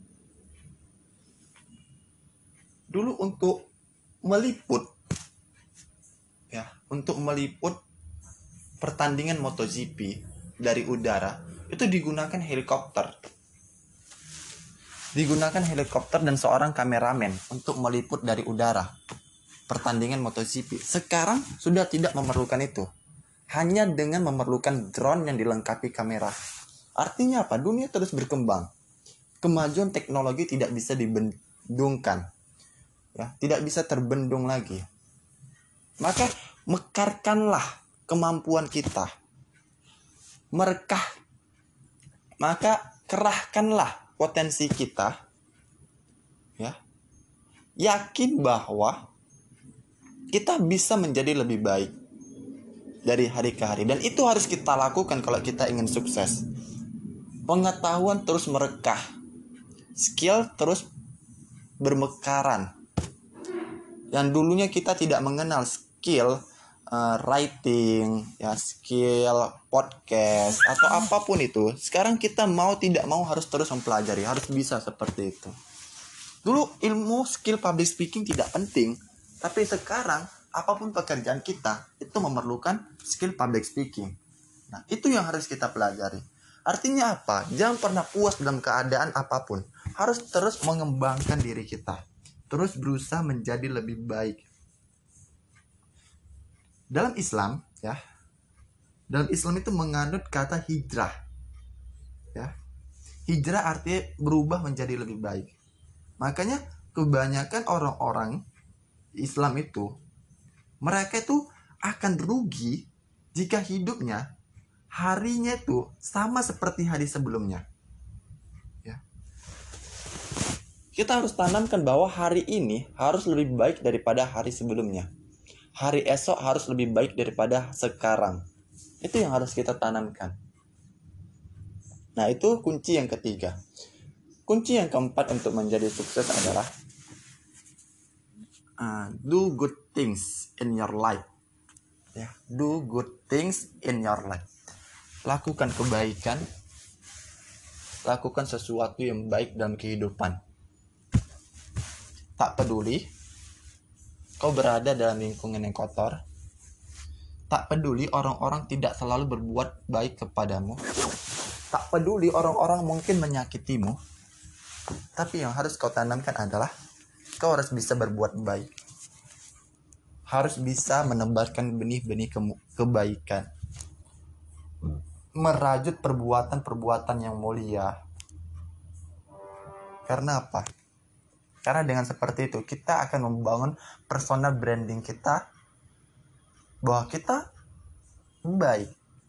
Speaker 2: dulu untuk meliput, ya, untuk meliput pertandingan MotoGP dari udara itu digunakan helikopter. Digunakan helikopter dan seorang kameramen untuk meliput dari udara pertandingan MotoGP. Sekarang sudah tidak memerlukan itu. Hanya dengan memerlukan drone yang dilengkapi kamera. Artinya apa? Dunia terus berkembang. Kemajuan teknologi tidak bisa dibendungkan. Ya, tidak bisa terbendung lagi. Maka mekarkanlah kemampuan kita. Merekah. Maka kerahkanlah potensi kita. Ya. Yakin bahwa kita bisa menjadi lebih baik dari hari ke hari. Dan itu harus kita lakukan kalau kita ingin sukses. Pengetahuan terus merekah. Skill terus bermekaran. Yang dulunya kita tidak mengenal skill uh, writing, ya, skill podcast atau apapun itu. Sekarang kita mau tidak mau harus terus mempelajari, harus bisa seperti itu. Dulu ilmu skill public speaking tidak penting, tapi sekarang apapun pekerjaan kita itu memerlukan skill public speaking. Nah, itu yang harus kita pelajari. Artinya apa? Jangan pernah puas dalam keadaan apapun. Harus terus mengembangkan diri kita. Terus berusaha menjadi lebih baik. Dalam Islam, ya, dalam Islam itu menganut kata hijrah, ya. Hijrah artinya berubah menjadi lebih baik. Makanya kebanyakan orang-orang Islam itu, mereka itu akan rugi jika hidupnya harinya itu sama seperti hari sebelumnya. Ya. Kita harus tanamkan bahwa hari ini harus lebih baik daripada hari sebelumnya. Hari esok harus lebih baik daripada sekarang. Itu yang harus kita tanamkan. Nah, itu kunci yang ketiga. Kunci yang keempat untuk menjadi sukses adalah uh, do good things in your life. Ya, do good things in your life. Lakukan kebaikan. Lakukan sesuatu yang baik dalam kehidupan. Tak peduli kau berada dalam lingkungan yang kotor. Tak peduli orang-orang tidak selalu berbuat baik kepadamu. Tak peduli orang-orang mungkin menyakitimu. Tapi yang harus kau tanamkan adalah kau harus bisa berbuat baik. Harus bisa menebarkan benih-benih ke- kebaikan. merajut perbuatan-perbuatan yang mulia. Karena apa? Karena dengan seperti itu kita akan membangun personal branding kita bahwa kita baik,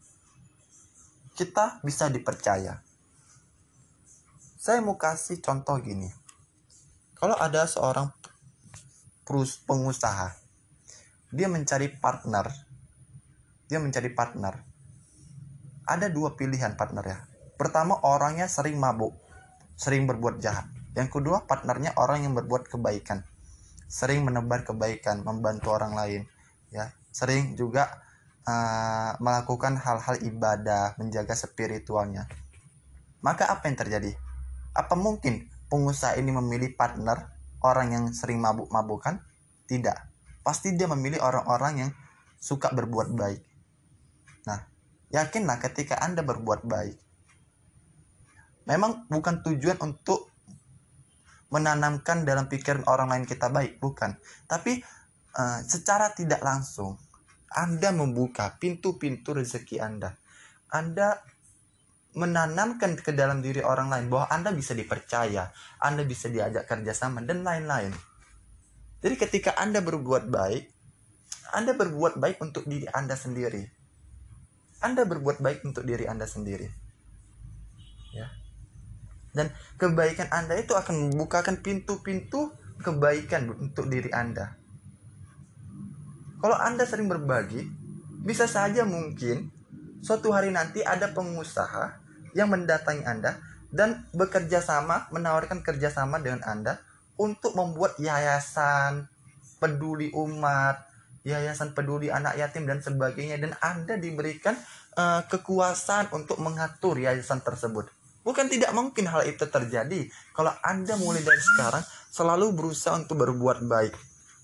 Speaker 2: kita bisa dipercaya. Saya mau kasih contoh gini. Kalau ada seorang pengusaha, dia mencari partner, dia mencari partner. Ada dua pilihan partner ya. Pertama, orangnya sering mabuk, sering berbuat jahat. Yang kedua, partnernya orang yang berbuat kebaikan, sering menebar kebaikan, membantu orang lain, ya, sering juga uh, melakukan hal-hal ibadah, menjaga spiritualnya. Maka apa yang terjadi? Apa mungkin pengusaha ini memilih partner orang yang sering mabuk-mabukan? Tidak. Pasti dia memilih orang-orang yang suka berbuat baik. Nah, yakinlah ketika Anda berbuat baik, memang bukan tujuan untuk menanamkan dalam pikiran orang lain kita baik, bukan. Tapi uh, secara tidak langsung Anda membuka pintu-pintu rezeki Anda. Anda menanamkan ke dalam diri orang lain bahwa Anda bisa dipercaya, Anda bisa diajak kerjasama, dan lain-lain. Jadi ketika Anda berbuat baik, Anda berbuat baik untuk diri Anda sendiri. Anda berbuat baik untuk diri Anda sendiri. Ya. Dan kebaikan Anda itu akan membukakan pintu-pintu kebaikan untuk diri Anda. Kalau Anda sering berbagi, bisa saja mungkin suatu hari nanti ada pengusaha yang mendatangi Anda dan bekerja sama, menawarkan kerjasama dengan Anda untuk membuat yayasan peduli umat, yayasan peduli anak yatim dan sebagainya, dan Anda diberikan uh, kekuasaan untuk mengatur yayasan tersebut. Bukan tidak mungkin hal itu terjadi kalau Anda mulai dari sekarang selalu berusaha untuk berbuat baik.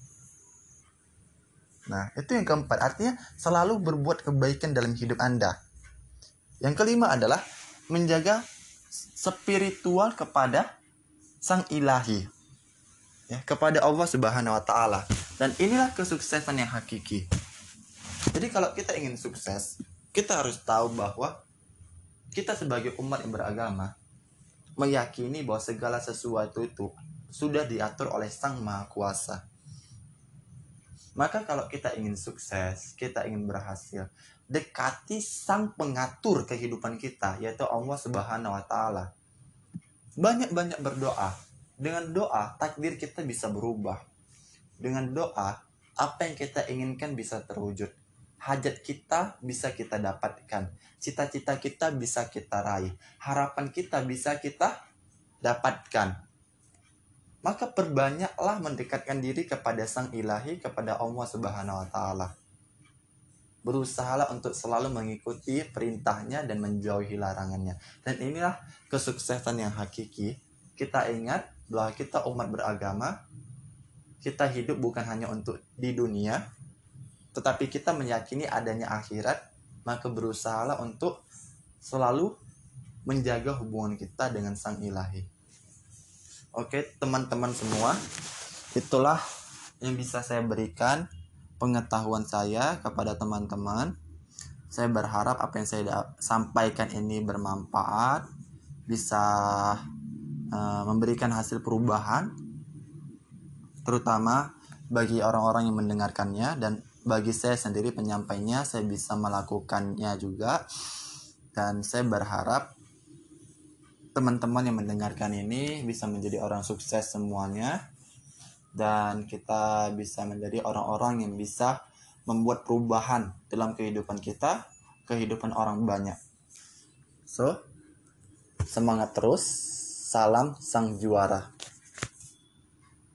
Speaker 2: Nah, itu yang keempat, artinya selalu berbuat kebaikan dalam hidup Anda. Yang kelima adalah menjaga spiritual kepada Sang Ilahi, ya, kepada Allah Subhanahu wa taala. Dan inilah kesuksesan yang hakiki. Jadi kalau kita ingin sukses, kita harus tahu bahwa kita sebagai umat yang beragama meyakini bahwa segala sesuatu itu sudah diatur oleh Sang Maha Kuasa. Maka kalau kita ingin sukses, kita ingin berhasil, dekati Sang Pengatur kehidupan kita, yaitu Allah Subhanahu wa taala. Banyak-banyak berdoa. Dengan doa, takdir kita bisa berubah. Dengan doa, apa yang kita inginkan bisa terwujud. Hajat kita bisa kita dapatkan. Cita-cita kita bisa kita raih. Harapan kita bisa kita dapatkan. Maka perbanyaklah mendekatkan diri kepada Sang Ilahi, kepada Allah Subhanahu wa taala. Berusahalah untuk selalu mengikuti perintahnya dan menjauhi larangannya. Dan inilah kesuksesan yang hakiki. Kita ingat bahwa kita umat beragama, kita hidup bukan hanya untuk di dunia, tetapi kita meyakini adanya akhirat. Maka berusahalah untuk selalu menjaga hubungan kita dengan Sang Ilahi. Oke, teman-teman semua, itulah yang bisa saya berikan pengetahuan saya kepada teman-teman. Saya berharap apa yang saya sampaikan ini bermanfaat, bisa uh, memberikan hasil perubahan, terutama bagi orang-orang yang mendengarkannya, dan bagi saya sendiri penyampainya, saya bisa melakukannya juga. Dan saya berharap teman-teman yang mendengarkan ini bisa menjadi orang sukses semuanya, dan kita bisa menjadi orang-orang yang bisa membuat perubahan dalam kehidupan kita, kehidupan orang banyak. So, semangat terus, salam sang juara.